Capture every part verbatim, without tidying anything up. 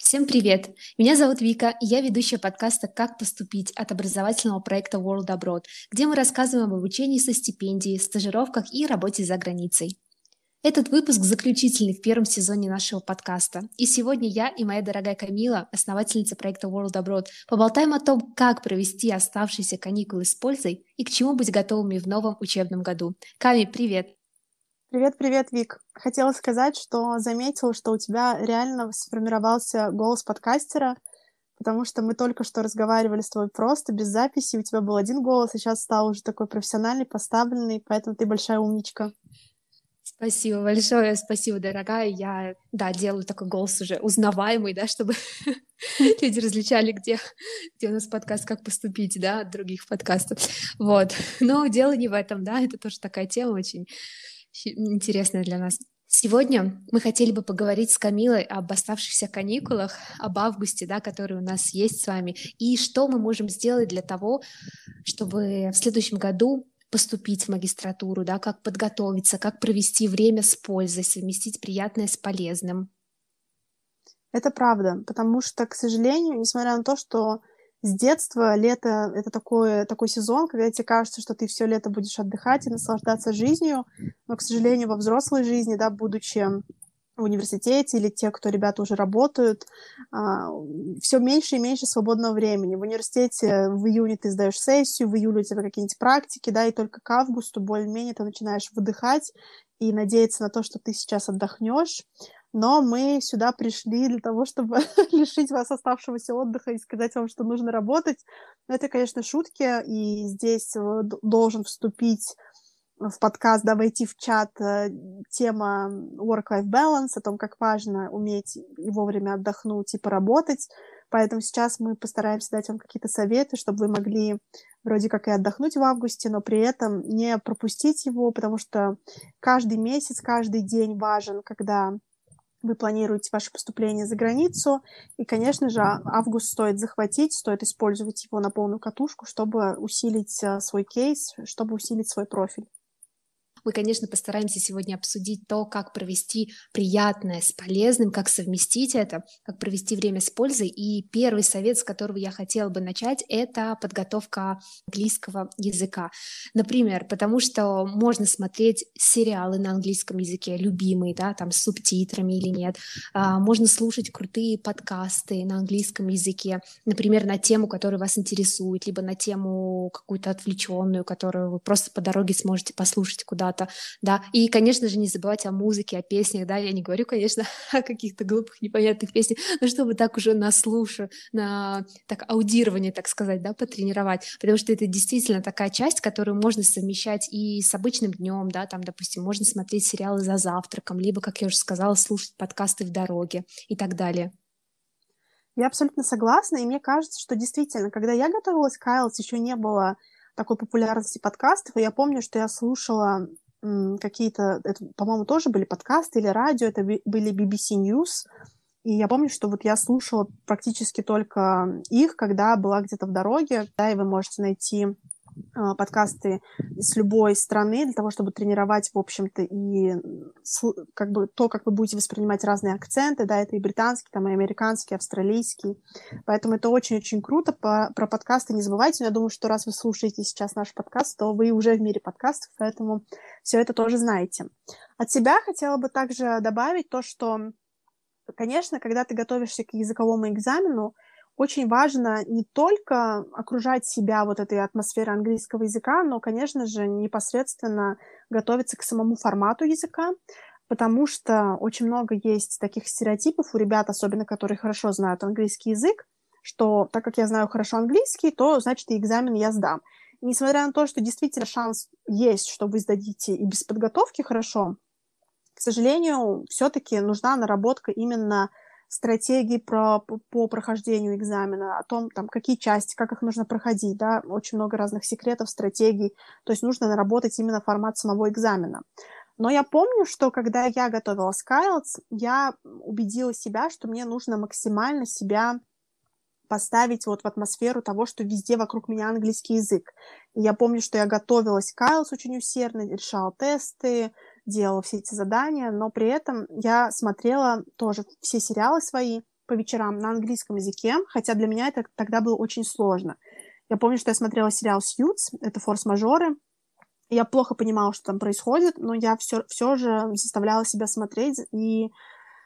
Всем привет! Меня зовут Вика, и я ведущая подкаста «Как поступить» от образовательного проекта World Abroad, где мы рассказываем об обучении со стипендией, стажировках и работе за границей. Этот выпуск заключительный в первом сезоне нашего подкаста. И сегодня я и моя дорогая Камила, основательница проекта World Abroad, поболтаем о том, как провести оставшиеся каникулы с пользой и к чему быть готовыми в новом учебном году. Ками, привет! Привет-привет, Вик. Хотела сказать, что заметила, что у тебя реально сформировался голос подкастера, потому что мы только что разговаривали с тобой просто, без записи, у тебя был один голос, и сейчас стал уже такой профессиональный, поставленный, поэтому ты большая умничка. Спасибо большое, спасибо, дорогая. Я, да, делаю такой голос уже узнаваемый, да, чтобы люди различали, где, где у нас подкаст «Как поступить», да, от других подкастов. Вот. Но дело не в этом, да, это тоже такая тема очень интересная для нас. Сегодня мы хотели бы поговорить с Камилой об оставшихся каникулах, об августе, да, который у нас есть с вами, и что мы можем сделать для того, чтобы в следующем году поступить в магистратуру, да, как подготовиться, как провести время с пользой, совместить приятное с полезным. Это правда, потому что, к сожалению, несмотря на то, что с детства лето — это такой, такой сезон, когда тебе кажется, что ты все лето будешь отдыхать и наслаждаться жизнью, но, к сожалению, во взрослой жизни, да, будучи в университете или те, кто, ребята, уже работают, все меньше и меньше свободного времени. В университете в июне ты сдаешь сессию, в июле у тебя какие-нибудь практики, да, и только к августу более-менее ты начинаешь выдыхать и надеяться на то, что ты сейчас отдохнешь. Но мы сюда пришли для того, чтобы лишить вас оставшегося отдыха и сказать вам, что нужно работать. Но это, конечно, шутки, и здесь должен вступить в подкаст, да, войти в чат тема work-life balance, о том, как важно уметь и вовремя отдохнуть и поработать. Поэтому сейчас мы постараемся дать вам какие-то советы, чтобы вы могли вроде как и отдохнуть в августе, но при этом не пропустить его, потому что каждый месяц, каждый день важен, когда вы планируете ваше поступление за границу. И, конечно же, август стоит захватить, стоит использовать его на полную катушку, чтобы усилить свой кейс, чтобы усилить свой профиль. Мы, конечно, постараемся сегодня обсудить то, как провести приятное с полезным, как совместить это, как провести время с пользой. И первый совет, с которого я хотела бы начать, это подготовка английского языка. Например, потому что можно смотреть сериалы на английском языке, любимые, да, там с субтитрами или нет. А, можно слушать крутые подкасты на английском языке, например, на тему, которая вас интересует, либо на тему какую-то отвлеченную, которую вы просто по дороге сможете послушать куда-то. Да, и, конечно же, не забывать о музыке, о песнях, да, я не говорю, конечно, о каких-то глупых, непонятных песнях, но чтобы так уже на слушу, на так аудирование, так сказать, да, потренировать, потому что это действительно такая часть, которую можно совмещать и с обычным днем, да, там, допустим, можно смотреть сериалы за завтраком, либо, как я уже сказала, слушать подкасты в дороге и так далее. Я абсолютно согласна, и мне кажется, что действительно, когда я готовилась к айлтс, еще не было такой популярности подкастов, и я помню, что я слушала какие-то, это, по-моему, тоже были подкасты или радио, это были би би си News, и я помню, что вот я слушала практически только их, когда была где-то в дороге, да, и вы можете найти э, подкасты с любой страны для того, чтобы тренировать, в общем-то, и как бы то, как вы будете воспринимать разные акценты, да, это и британский, там, и американский, и австралийский, поэтому это очень-очень круто. По, про подкасты не забывайте, но я думаю, что раз вы слушаете сейчас наш подкаст, то вы уже в мире подкастов, поэтому все это тоже знаете. От себя хотела бы также добавить то, что, конечно, когда ты готовишься к языковому экзамену, очень важно не только окружать себя вот этой атмосферой английского языка, но, конечно же, непосредственно готовиться к самому формату языка, потому что очень много есть таких стереотипов у ребят, особенно которые хорошо знают английский язык, что так как я знаю хорошо английский, то, значит, и экзамен я сдам. И несмотря на то, что действительно шанс есть, что вы сдадите и без подготовки хорошо, к сожалению, все-таки нужна наработка именно стратегии про, по прохождению экзамена, о том, там, какие части, как их нужно проходить, да, очень много разных секретов, стратегий, то есть нужно наработать именно формат самого экзамена. Но я помню, что когда я готовилась к айлтс, я убедила себя, что мне нужно максимально себя поставить вот в атмосферу того, что везде вокруг меня английский язык. И я помню, что я готовилась к айлтс очень усердно, решала тесты, делала все эти задания, но при этом я смотрела тоже все сериалы свои, по вечерам на английском языке, хотя для меня это тогда было очень сложно. Я помню, что я смотрела сериал «Сьюз», это «Форс-мажоры». Я плохо понимала, что там происходит, но я все, все же заставляла себя смотреть и э,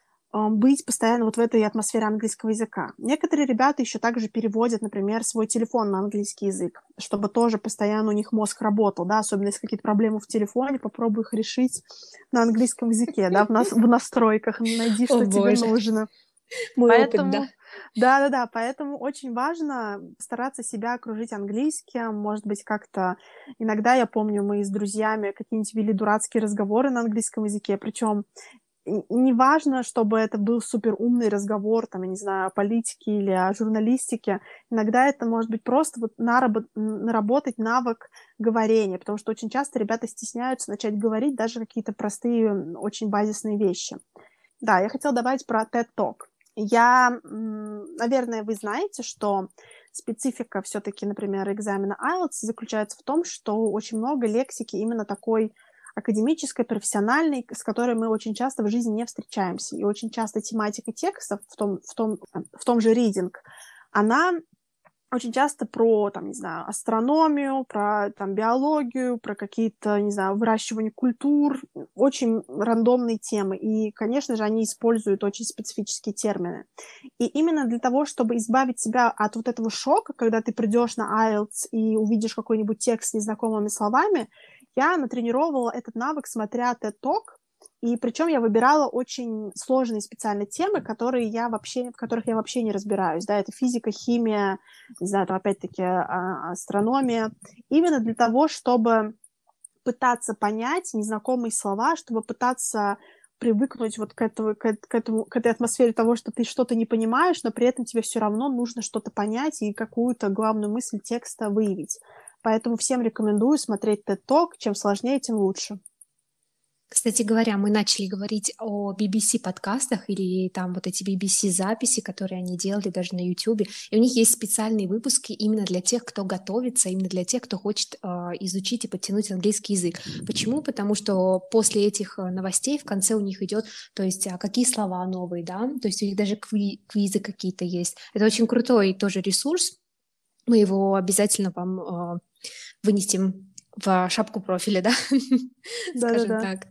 быть постоянно вот в этой атмосфере английского языка. Некоторые ребята еще также переводят, например, свой телефон на английский язык, чтобы тоже постоянно у них мозг работал, да, особенно если какие-то проблемы в телефоне, попробуй их решить на английском языке, да, в, нас, в настройках, найди, что тебе нужно. Мой Поэтому, опыт, да. Да-да-да, поэтому очень важно стараться себя окружить английским, может быть, как-то... Иногда, я помню, мы с друзьями какие-нибудь вели дурацкие разговоры на английском языке, причем не важно, чтобы это был супер умный разговор, там, я не знаю, о политике или о журналистике. Иногда это может быть просто вот наработ... наработать навык говорения, потому что очень часто ребята стесняются начать говорить даже какие-то простые, очень базисные вещи. Да, я хотела добавить про TED Talk. Я, наверное, вы знаете, что специфика все-таки, например, экзамена айлтс заключается в том, что очень много лексики именно такой академической, профессиональной, с которой мы очень часто в жизни не встречаемся. И очень часто тематика текстов в том, в том, в том же reading, она очень часто про, там, не знаю, астрономию, про там, биологию, про какие-то, не знаю, выращивание культур, очень рандомные темы. И, конечно же, они используют очень специфические термины. И именно для того, чтобы избавить себя от вот этого шока, когда ты придешь на айлтс и увидишь какой-нибудь текст с незнакомыми словами, я натренировала этот навык, смотря TED Talk. И причем я выбирала очень сложные специальные темы, которые я вообще, в которых я вообще не разбираюсь. Да, это физика, химия, не знаю, там опять-таки астрономия. Именно для того, чтобы пытаться понять незнакомые слова, чтобы пытаться привыкнуть вот к, этому, к, этому, к этой атмосфере того, что ты что-то не понимаешь, но при этом тебе все равно нужно что-то понять и какую-то главную мысль текста выявить. Поэтому всем рекомендую смотреть TED Talk. Чем сложнее, тем лучше. Кстати говоря, мы начали говорить о би би си-подкастах или там вот эти би би си-записи, которые они делали даже на YouTube. И у них есть специальные выпуски именно для тех, кто готовится, именно для тех, кто хочет э, изучить и подтянуть английский язык. Почему? Потому что после этих новостей в конце у них идет, то есть а какие слова новые, да, то есть у них даже кви- квизы какие-то есть. Это очень крутой тоже ресурс. Мы его обязательно вам э, вынесем в шапку профиля, да, скажем так.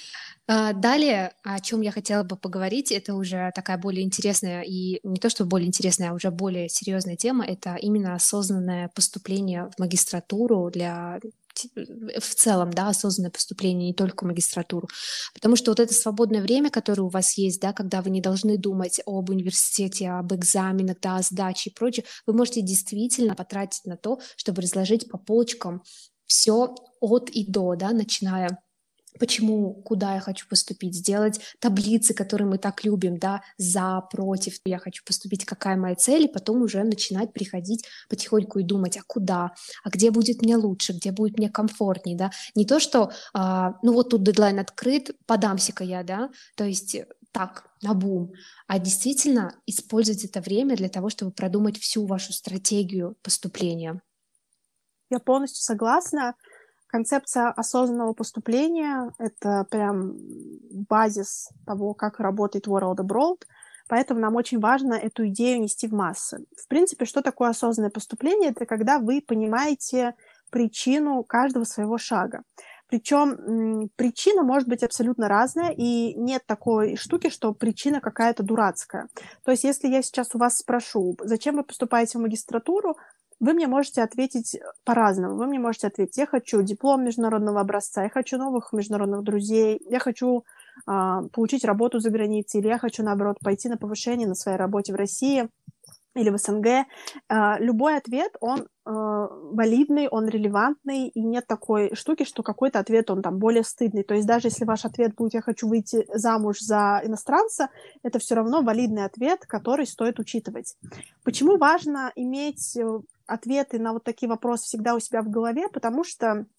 Далее, о чем я хотела бы поговорить, это уже такая более интересная и не то что более интересная, а уже более серьезная тема, это именно осознанное поступление в магистратуру для в целом, да, осознанное поступление не только в магистратуру, потому что вот это свободное время, которое у вас есть, да, когда вы не должны думать об университете, об экзаменах, да, о сдаче и прочее, вы можете действительно потратить на то, чтобы разложить по полочкам все от и до, да, начиная почему, куда я хочу поступить, сделать таблицы, которые мы так любим, да, за, против, я хочу поступить, какая моя цель, и потом уже начинать приходить потихоньку и думать, а куда, а где будет мне лучше, где будет мне комфортнее, да, не то, что, а, ну вот тут дедлайн открыт, подамся-ка я, да, то есть так, набум, а действительно использовать это время для того, чтобы продумать всю вашу стратегию поступления. Я полностью согласна. Концепция осознанного поступления — это прям базис того, как работает World Abroad, поэтому нам очень важно эту идею нести в массы. В принципе, что такое осознанное поступление? Это когда вы понимаете причину каждого своего шага. Причем причина может быть абсолютно разная, и нет такой штуки, что причина какая-то дурацкая. То есть если я сейчас у вас спрошу, зачем вы поступаете в магистратуру, вы мне можете ответить по-разному. Вы мне можете ответить, я хочу диплом международного образца, я хочу новых международных друзей, я хочу э, получить работу за границей, или я хочу, наоборот, пойти на повышение на своей работе в России или в СНГ. Э, любой ответ, он э, валидный, он релевантный, и нет такой штуки, что какой-то ответ, он там более стыдный. То есть даже если ваш ответ будет «я хочу выйти замуж за иностранца», это все равно валидный ответ, который стоит учитывать. Почему важно иметь ответы на вот такие вопросы всегда у себя в голове? Потому что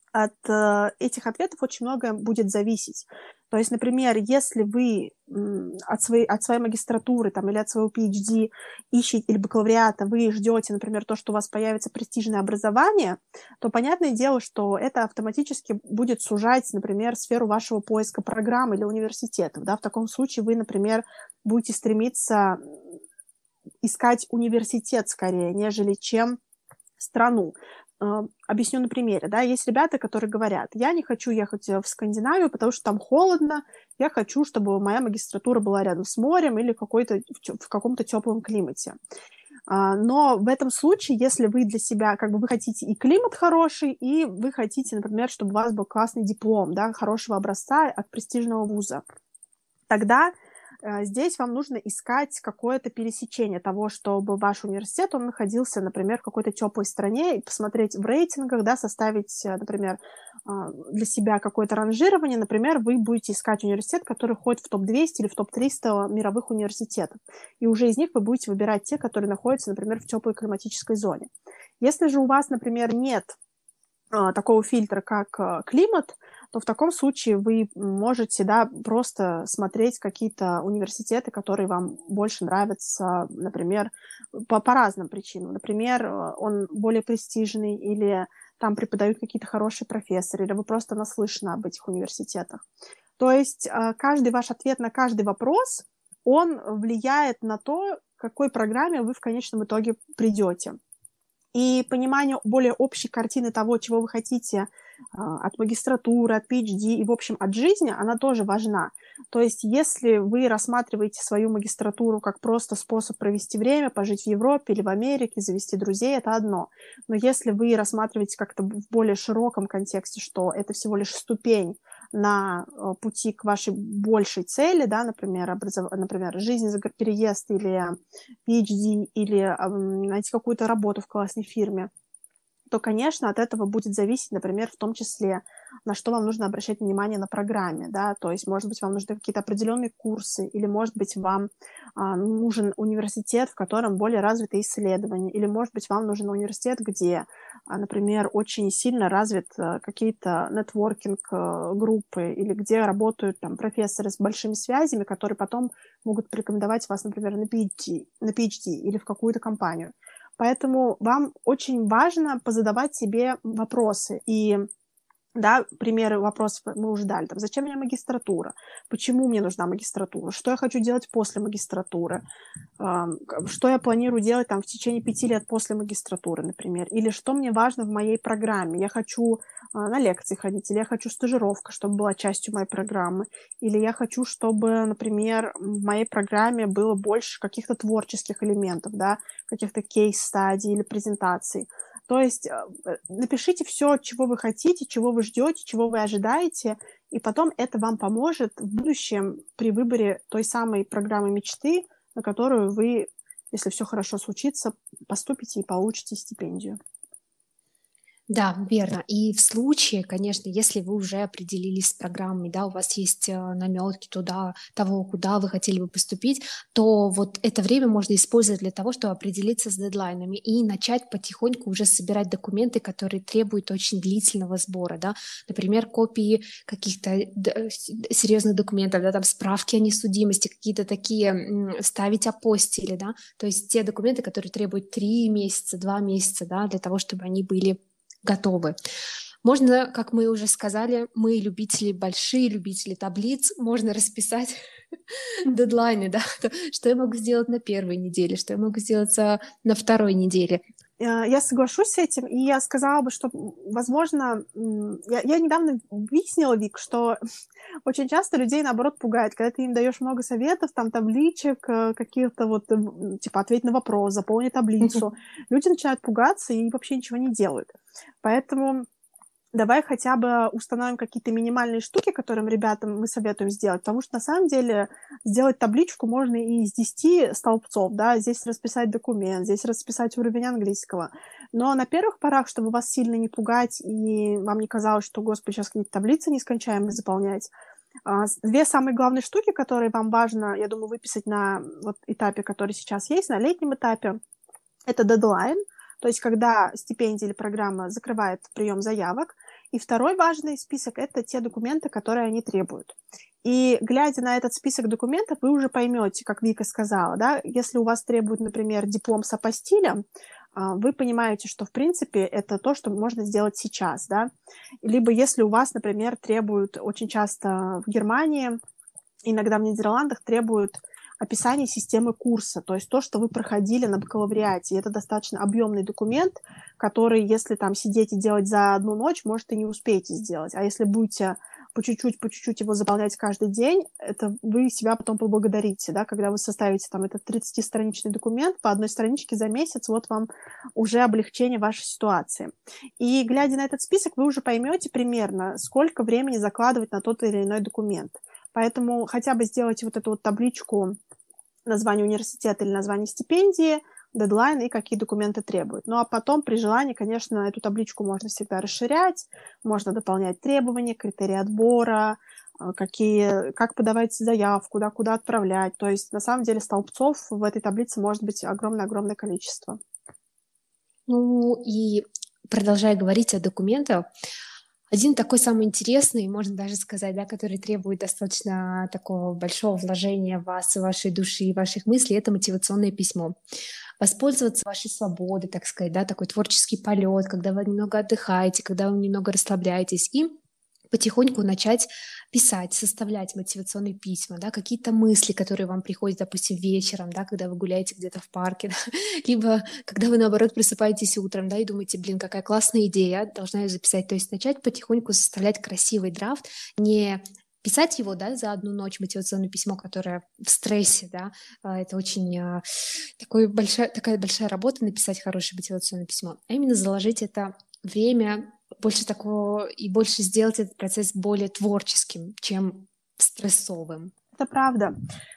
от э, этих ответов очень многое будет зависеть. То есть, например, если вы м, от, своей, от своей магистратуры там, или от своего пи эйч ди ищете, или бакалавриата, вы ждете, например, то, что у вас появится престижное образование, то понятное дело, что это автоматически будет сужать, например, сферу вашего поиска программ или университетов. Да? В таком случае вы, например, будете стремиться искать университет скорее, нежели чем страну. Объясню на примере. Да? Есть ребята, которые говорят, я не хочу ехать в Скандинавию, потому что там холодно, я хочу, чтобы моя магистратура была рядом с морем или какой-то, в каком-то теплом климате. Но в этом случае, если вы для себя, как бы вы хотите и климат хороший, и вы хотите, например, чтобы у вас был классный диплом, да, хорошего образца от престижного вуза, тогда здесь вам нужно искать какое-то пересечение того, чтобы ваш университет, он находился, например, в какой-то теплой стране, и посмотреть в рейтингах, да, составить, например, для себя какое-то ранжирование. Например, вы будете искать университет, который входит в топ двести или в топ триста мировых университетов. И уже из них вы будете выбирать те, которые находятся, например, в теплой климатической зоне. Если же у вас, например, нет такого фильтра, как климат, то в таком случае вы можете, да, просто смотреть какие-то университеты, которые вам больше нравятся, например, по, по разным причинам. Например, он более престижный, или там преподают какие-то хорошие профессоры, или вы просто наслышаны об этих университетах. То есть каждый ваш ответ на каждый вопрос, он влияет на то, к какой программе вы в конечном итоге придете. И понимание более общей картины того, чего вы хотите от магистратуры, от пи эйч ди и, в общем, от жизни, она тоже важна. То есть если вы рассматриваете свою магистратуру как просто способ провести время, пожить в Европе или в Америке, завести друзей, это одно. Но если вы рассматриваете как-то в более широком контексте, что это всего лишь ступень на пути к вашей большей цели, да, например, образов... например, жизнь за переезд или пи эйч ди, или найти какую-то работу в классной фирме, то, конечно, от этого будет зависеть, например, в том числе, на что вам нужно обращать внимание на программе, да, то есть, может быть, вам нужны какие-то определенные курсы, или, может быть, вам а, нужен университет, в котором более развиты исследования, или, может быть, вам нужен университет, где, а, например, очень сильно развит а, какие-то нетворкинг-группы, или где работают там профессоры с большими связями, которые потом могут порекомендовать вас, например, на пи эйч ди, на пи эйч ди или в какую-то компанию. Поэтому вам очень важно позадавать себе вопросы. И, да, примеры вопросов мы уже дали. Там, зачем мне магистратура? Почему мне нужна магистратура? Что я хочу делать после магистратуры? Что я планирую делать там, в течение пяти лет после магистратуры, например? Или что мне важно в моей программе? Я хочу на лекции ходить, или я хочу стажировку, чтобы была частью моей программы, или я хочу, чтобы, например, в моей программе было больше каких-то творческих элементов, да, каких-то кейс-стадий или презентаций. То есть напишите все, чего вы хотите, чего вы ждете, чего вы ожидаете, и потом это вам поможет в будущем при выборе той самой программы мечты, на которую вы, если все хорошо случится, поступите и получите стипендию. Да, верно. И в случае, конечно, если вы уже определились с программой, да, у вас есть наметки туда, того, куда вы хотели бы поступить, то вот это время можно использовать для того, чтобы определиться с дедлайнами и начать потихоньку уже собирать документы, которые требуют очень длительного сбора, да, например, копии каких-то серьезных документов, да, там справки о несудимости, какие-то такие, ставить апостили, да, то есть те документы, которые требуют три месяца, два месяца, да, для того, чтобы они были готовы. Можно, как мы уже сказали, мы любители, большие любители таблиц, можно расписать дедлайны, да, что я могу сделать на первой неделе, что я могу сделать на второй неделе. Я соглашусь с этим, и я сказала бы, что, возможно, я, я недавно выяснила, Вик, что очень часто людей, наоборот, пугает, когда ты им даешь много советов, там, табличек, каких-то вот, типа, ответь на вопрос, заполни таблицу. Люди начинают пугаться и вообще ничего не делают. Поэтому давай хотя бы установим какие-то минимальные штуки, которым ребятам мы советуем сделать, потому что на самом деле сделать табличку можно и из десяти столбцов, да, здесь расписать документ, здесь расписать уровень английского. Но на первых порах, чтобы вас сильно не пугать и вам не казалось, что, господи, сейчас какие-то таблицы нескончаемые заполнять, две самые главные штуки, которые вам важно, я думаю, выписать на вот этапе, который сейчас есть, на летнем этапе, это дедлайн, то есть когда стипендия или программа закрывает прием заявок, И второй важный список — это те документы, которые они требуют. И глядя на этот список документов, вы уже поймете, как Вика сказала, да, если у вас требуют, например, диплом с апостилем, вы понимаете, что, в принципе, это то, что можно сделать сейчас, да. Либо если у вас, например, требуют очень часто в Германии, иногда в Нидерландах требуют описание системы курса, то есть то, что вы проходили на бакалавриате. И это достаточно объемный документ, который, если там сидеть и делать за одну ночь, может, и не успеете сделать. А если будете по чуть-чуть, по чуть-чуть его заполнять каждый день, это вы себя потом поблагодарите, да, когда вы составите там этот тридцатистраничный документ по одной страничке за месяц, вот вам уже облегчение вашей ситуации. И глядя на этот список, вы уже поймете примерно, сколько времени закладывать на тот или иной документ. Поэтому хотя бы сделайте вот эту вот табличку название университета или название стипендии, дедлайн и какие документы требуют. Ну а потом, при желании, конечно, эту табличку можно всегда расширять, можно дополнять требования, критерии отбора, какие, как подавать заявку, да, куда отправлять. То есть, на самом деле, столбцов в этой таблице может быть огромное-огромное количество. Ну и продолжая говорить о документах, один такой самый интересный, можно даже сказать, да, который требует достаточно такого большого вложения в вас, вашей души и ваших мыслей, это мотивационное письмо. Воспользоваться вашей свободой, так сказать, да, такой творческий полет, когда вы немного отдыхаете, когда вы немного расслабляетесь, и потихоньку начать писать, составлять мотивационные письма, да, какие-то мысли, которые вам приходят, допустим, вечером, да, когда вы гуляете где-то в парке, да, либо когда вы, наоборот, просыпаетесь утром, да, и думаете, блин, какая классная идея, должна ее записать. То есть начать потихоньку составлять красивый драфт, не писать его, да, за одну ночь, мотивационное письмо, которое в стрессе, да, это очень а, такой большая, такая большая работа написать хорошее мотивационное письмо, а именно заложить это время больше такого и больше сделать этот процесс более творческим, чем стрессовым. Это правда.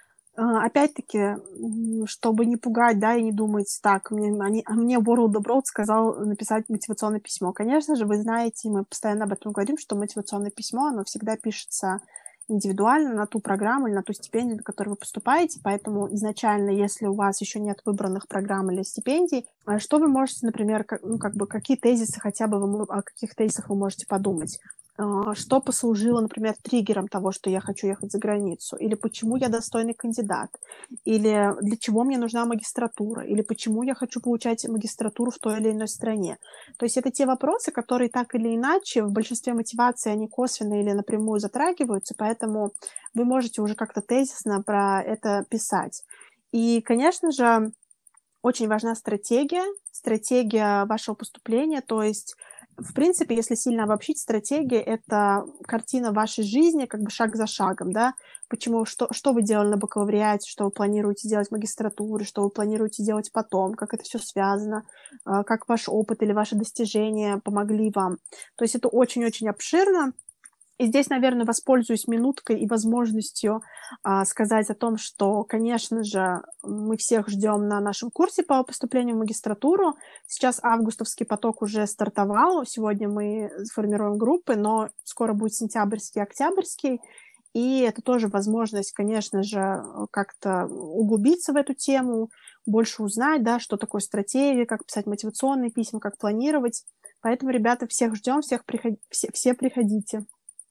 Опять-таки, чтобы не пугать, да, и не думать, так, мне, они, мне World of Broad сказал написать мотивационное письмо. Конечно же, вы знаете, мы постоянно об этом говорим, что мотивационное письмо, оно всегда пишется индивидуально на ту программу или на ту стипендию, на которую вы поступаете, поэтому изначально, если у вас еще нет выбранных программ или стипендий, что вы можете, например, как, ну, как бы, какие тезисы, хотя бы вы, о каких тезисах вы можете подумать? Что послужило, например, триггером того, что я хочу ехать за границу, или почему я достойный кандидат, или для чего мне нужна магистратура, или почему я хочу получать магистратуру в той или иной стране. То есть это те вопросы, которые так или иначе в большинстве мотиваций они косвенно или напрямую затрагиваются, поэтому вы можете уже как-то тезисно про это писать. И, конечно же, очень важна стратегия, стратегия вашего поступления, то есть в принципе, если сильно обобщить, стратегия — это картина вашей жизни, как бы шаг за шагом, да, почему, что, что вы делали на бакалавриате, что вы планируете делать в магистратуре, что вы планируете делать потом, как это все связано, как ваш опыт или ваши достижения помогли вам. То есть это очень-очень обширно. И здесь, наверное, воспользуюсь минуткой и возможностью а, сказать о том, что, конечно же, мы всех ждем на нашем курсе по поступлению в магистратуру. Сейчас августовский поток уже стартовал. Сегодня мы формируем группы, но скоро будет сентябрьский, октябрьский. И это тоже возможность, конечно же, как-то углубиться в эту тему, больше узнать, да, что такое стратегия, как писать мотивационные письма, как планировать. Поэтому, ребята, всех ждем, всех приход... все, все приходите.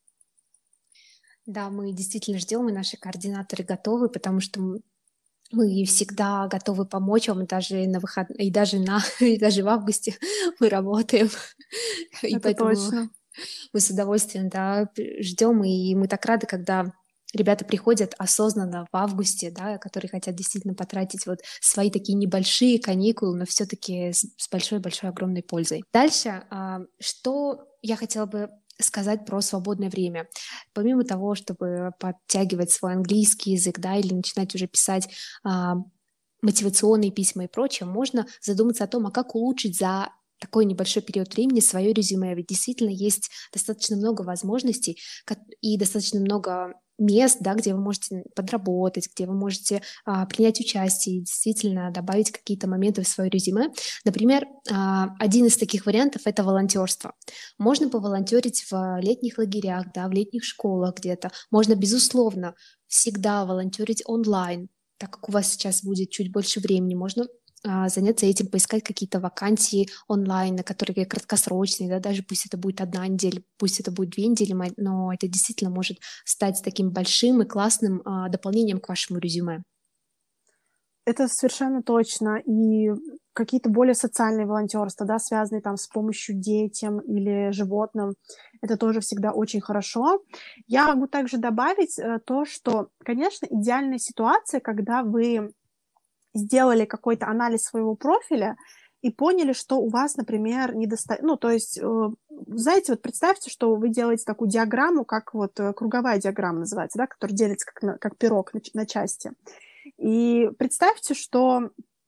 Да, мы действительно ждем, и наши координаторы готовы, потому что мы всегда готовы помочь вам, даже на выход... и даже на и даже в августе мы работаем. И Это поэтому точно. мы с удовольствием, да, ждем, и мы так рады, когда ребята приходят осознанно в августе, да, которые хотят действительно потратить вот свои такие небольшие каникулы, но все-таки с большой-большой огромной пользой. Дальше, что я хотела бы сказать про свободное время. Помимо того, чтобы подтягивать свой английский язык, да, или начинать уже писать а, мотивационные письма и прочее, можно задуматься о том, а как улучшить за такой небольшой период времени свое резюме. Ведь действительно есть достаточно много возможностей и достаточно много мест, да, где вы можете подработать, где вы можете а, принять участие и действительно добавить какие-то моменты в свое резюме. Например, а, один из таких вариантов — это волонтерство. Можно поволонтерить в летних лагерях, да, в летних школах где-то. Можно, безусловно, всегда волонтерить онлайн, так как у вас сейчас будет чуть больше времени. Можно а, заняться этим, поискать какие-то вакансии онлайн, на которые краткосрочные, да, даже пусть это будет одна неделя, пусть это будет две недели, мо- но это действительно может стать таким большим и классным а, дополнением к вашему резюме. Это совершенно точно. И какие-то более социальные волонтерства, да, связанные там с помощью детям или животным, это тоже всегда очень хорошо. Я могу также добавить э, то, что, конечно, идеальная ситуация, когда вы сделали какой-то анализ своего профиля и поняли, что у вас, например, недостаточно... Ну, то есть, э, знаете, вот представьте, что вы делаете такую диаграмму, как вот э, круговая диаграмма называется, да, которая делится как, на, как пирог на, на части. И представьте, что,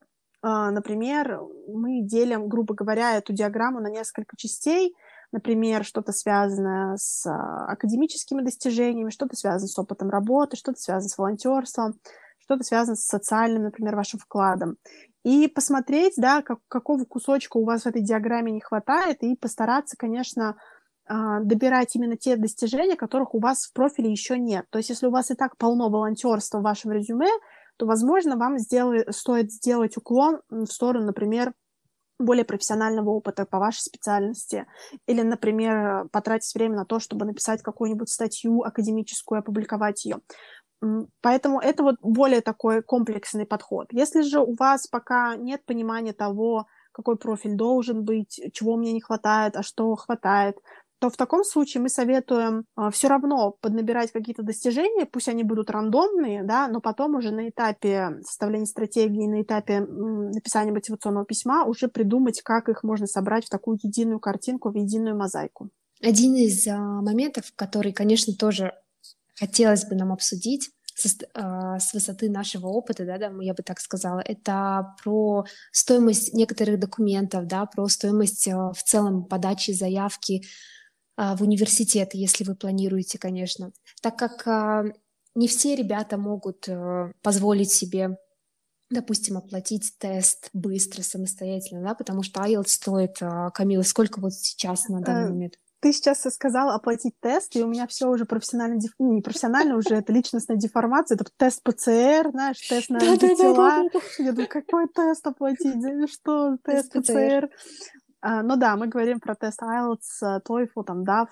а, например, мы делим, грубо говоря, эту диаграмму на несколько частей. Например, что-то связанное с а, академическими достижениями, что-то связано с опытом работы, что-то связано с волонтерством, что-то связано с социальным, например, вашим вкладом. И посмотреть, да, как, какого кусочка у вас в этой диаграмме не хватает, и постараться, конечно, а, добирать именно те достижения, которых у вас в профиле еще нет. То есть, если у вас и так полно волонтерства в вашем резюме, то, возможно, вам сделай, стоит сделать уклон в сторону, например, более профессионального опыта по вашей специальности. Или, например, потратить время на то, чтобы написать какую-нибудь статью академическую, опубликовать ее. Поэтому это вот более такой комплексный подход. Если же у вас пока нет понимания того, какой профиль должен быть, чего мне не хватает, а что хватает, то в таком случае мы советуем э, все равно поднабирать какие-то достижения, пусть они будут рандомные, да, но потом уже на этапе составления стратегии, на этапе м, написания мотивационного письма уже придумать, как их можно собрать в такую единую картинку, в единую мозаику. Один из а, моментов, который, конечно, тоже хотелось бы нам обсудить со, а, с высоты нашего опыта, да, да, я бы так сказала, это про стоимость некоторых документов, да, про стоимость а, в целом подачи заявки а, в университет, если вы планируете, конечно. Так как а, не все ребята могут а, позволить себе, допустим, оплатить тест быстро, самостоятельно, да, потому что айлтс стоит, а, Камила, сколько вот сейчас на данный Э, момент? Ты сейчас сказала оплатить тест, и у меня все уже профессионально, деф... ну, не профессионально уже, это личностная деформация, это тест ПЦР, знаешь, тест на антитела. Да-да-да-да-да. Я думаю, какой тест оплатить? За что? Тест Тест ПЦР. ПЦР. А, ну да, мы говорим про тест айлтс, TOEFL, там, даф.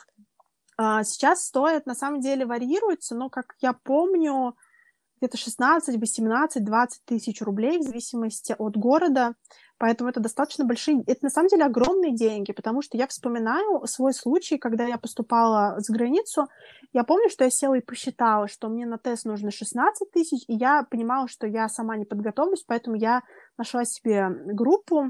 А, сейчас стоит, на самом деле, варьируется, но, как я помню, где-то шестнадцать, восемнадцать, двадцать тысяч рублей в зависимости от города. Поэтому это достаточно большие... Это на самом деле огромные деньги, потому что я вспоминаю свой случай, когда я поступала за границу. Я помню, что я села и посчитала, что мне на тест нужно шестнадцать тысяч, и я понимала, что я сама не подготовлюсь, поэтому я нашла себе группу,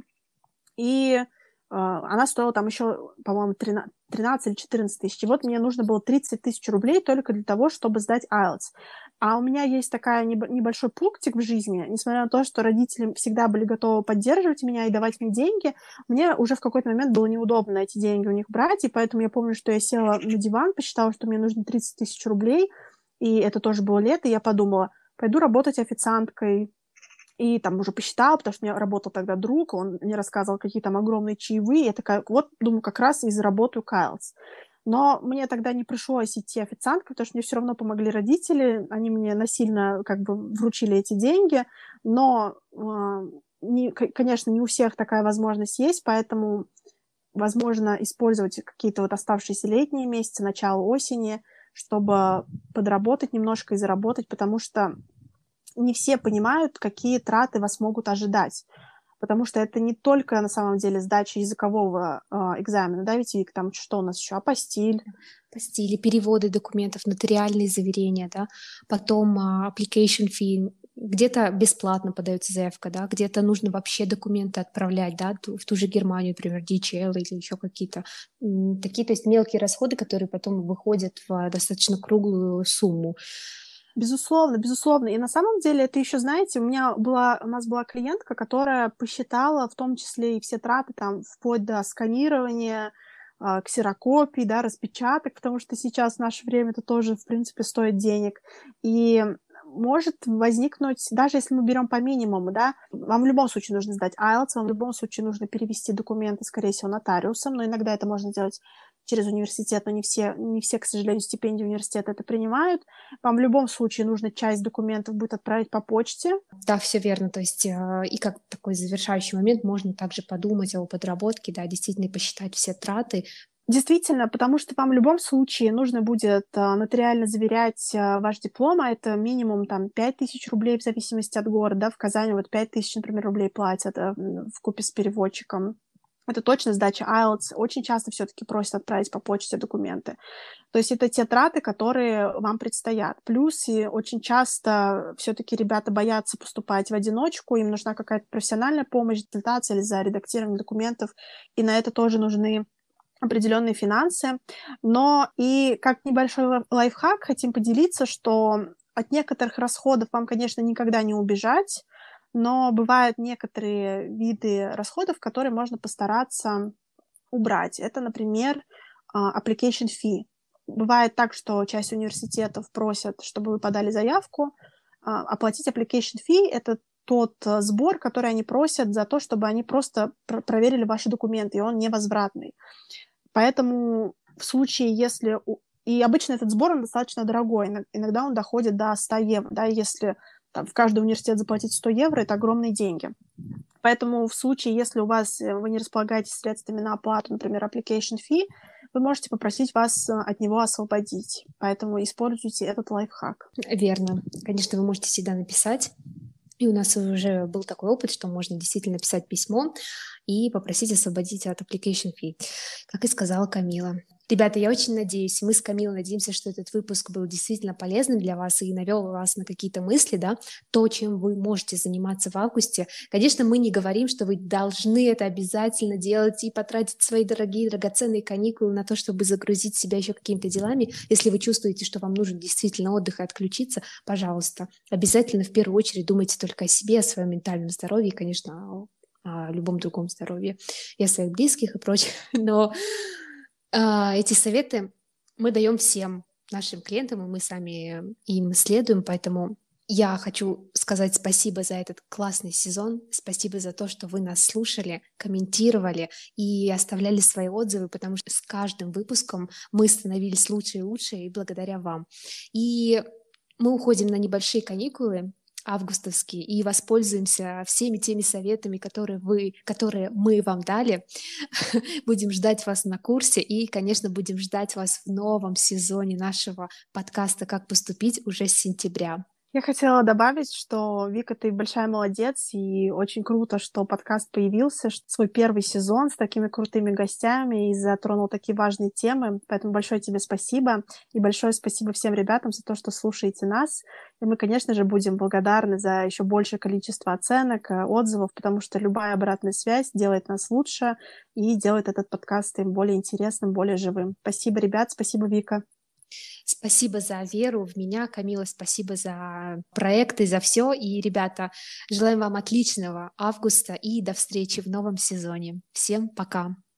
и э, она стоила там еще, по-моему, тринадцать или четырнадцать тысяч. И вот мне нужно было тридцать тысяч рублей только для того, чтобы сдать айлтс. А у меня есть такая небольшой пунктик в жизни, несмотря на то, что родители всегда были готовы поддерживать меня и давать мне деньги, мне уже в какой-то момент было неудобно эти деньги у них брать, и поэтому я помню, что я села на диван, посчитала, что мне нужно тридцать тысяч рублей, и это тоже было лето, и я подумала, пойду работать официанткой. И там уже посчитала, потому что у меня работал тогда друг, он мне рассказывал, какие там огромные чаевые. Я такая, вот, думаю, как раз и заработаю айлтс. Но мне тогда не пришлось идти официанткой, потому что мне все равно помогли родители, они мне насильно как бы вручили эти деньги, но, э, не, конечно, не у всех такая возможность есть, поэтому возможно использовать какие-то вот оставшиеся летние месяцы, начало осени, чтобы подработать немножко и заработать, потому что не все понимают, какие траты вас могут ожидать. Потому что это не только, на самом деле, сдача языкового э, экзамена, да, ведь Вик, там что у нас еще? Апостиль. Апостили, переводы документов, нотариальные заверения, да, потом uh, application fee, где-то бесплатно подается заявка, да, где-то нужно вообще документы отправлять, да, в ту же Германию, например, ди эйч эл или еще какие-то м, такие, то есть мелкие расходы, которые потом выходят в достаточно круглую сумму. Безусловно, безусловно. И на самом деле это еще, знаете, у меня была, у нас была клиентка, которая посчитала в том числе и все траты там вплоть до сканирования, э, ксерокопий, да, распечаток, потому что сейчас в наше время это тоже, в принципе, стоит денег. И может возникнуть, даже если мы берем по минимуму, да, вам в любом случае нужно сдать айлтс, вам в любом случае нужно перевести документы, скорее всего, нотариусом, но иногда это можно сделать через университет, но не все, не все, к сожалению, стипендии университета это принимают. Вам в любом случае нужно часть документов будет отправить по почте. Да, все верно. То есть э, и как такой завершающий момент можно также подумать о подработке, да, действительно посчитать все траты. Действительно, потому что вам в любом случае нужно будет а, нотариально заверять а, ваш диплом, а это минимум там пять тысяч рублей в зависимости от города. В Казани вот пять тысяч, например, рублей платят а, вкупе с переводчиком. Это точно сдача айлтс. Очень часто все-таки просят отправить по почте документы. То есть это те траты, которые вам предстоят. Плюс и очень часто все-таки ребята боятся поступать в одиночку, им нужна какая-то профессиональная помощь, консультация или за редактирование документов, и на это тоже нужны определенные финансы. Но и как небольшой лайфхак хотим поделиться, что от некоторых расходов вам, конечно, никогда не убежать, но бывают некоторые виды расходов, которые можно постараться убрать. Это, например, application fee. Бывает так, что часть университетов просят, чтобы вы подали заявку. Оплатить application fee — это тот сбор, который они просят за то, чтобы они просто пр- проверили ваши документы, и он невозвратный. Поэтому в случае, если... И обычно этот сбор, он достаточно дорогой. Иногда он доходит до ста евро. Да, если там, в каждый университет заплатить сто евро, это огромные деньги. Поэтому в случае, если у вас вы не располагаете средствами на оплату, например, application fee, вы можете попросить вас от него освободить. Поэтому используйте этот лайфхак. Верно. Конечно, вы можете всегда написать. И у нас уже был такой опыт, что можно действительно написать письмо и попросить освободить от application fee, как и сказала Камила. Ребята, я очень надеюсь, мы с Камилой надеемся, что этот выпуск был действительно полезным для вас и навел вас на какие-то мысли, да, то, чем вы можете заниматься в августе. Конечно, мы не говорим, что вы должны это обязательно делать и потратить свои дорогие, драгоценные каникулы на то, чтобы загрузить себя еще какими-то делами. Если вы чувствуете, что вам нужен действительно отдых и отключиться, пожалуйста, обязательно в первую очередь думайте только о себе, о своем ментальном здоровье и, конечно, о любом другом здоровье и о своих близких и прочее. Но а, эти советы мы даем всем нашим клиентам, и мы сами им следуем, поэтому я хочу сказать спасибо за этот классный сезон, спасибо за то, что вы нас слушали, комментировали и оставляли свои отзывы, потому что с каждым выпуском мы становились лучше и лучше, и благодаря вам. И мы уходим на небольшие каникулы августовские и воспользуемся всеми теми советами, которые вы, которые мы вам дали. Будем ждать вас на курсе и, конечно, будем ждать вас в новом сезоне нашего подкаста «Как поступить» уже с сентября. Я хотела добавить, что, Вика, ты большая молодец, и очень круто, что подкаст появился, что свой первый сезон с такими крутыми гостями и затронул такие важные темы. Поэтому большое тебе спасибо, и большое спасибо всем ребятам за то, что слушаете нас. И мы, конечно же, будем благодарны за еще большее количество оценок, отзывов, потому что любая обратная связь делает нас лучше и делает этот подкаст им более интересным, более живым. Спасибо, ребят, спасибо, Вика. Спасибо за веру в меня, Камила, спасибо за проекты, за все. И, ребята, желаем вам отличного августа и до встречи в новом сезоне. Всем пока!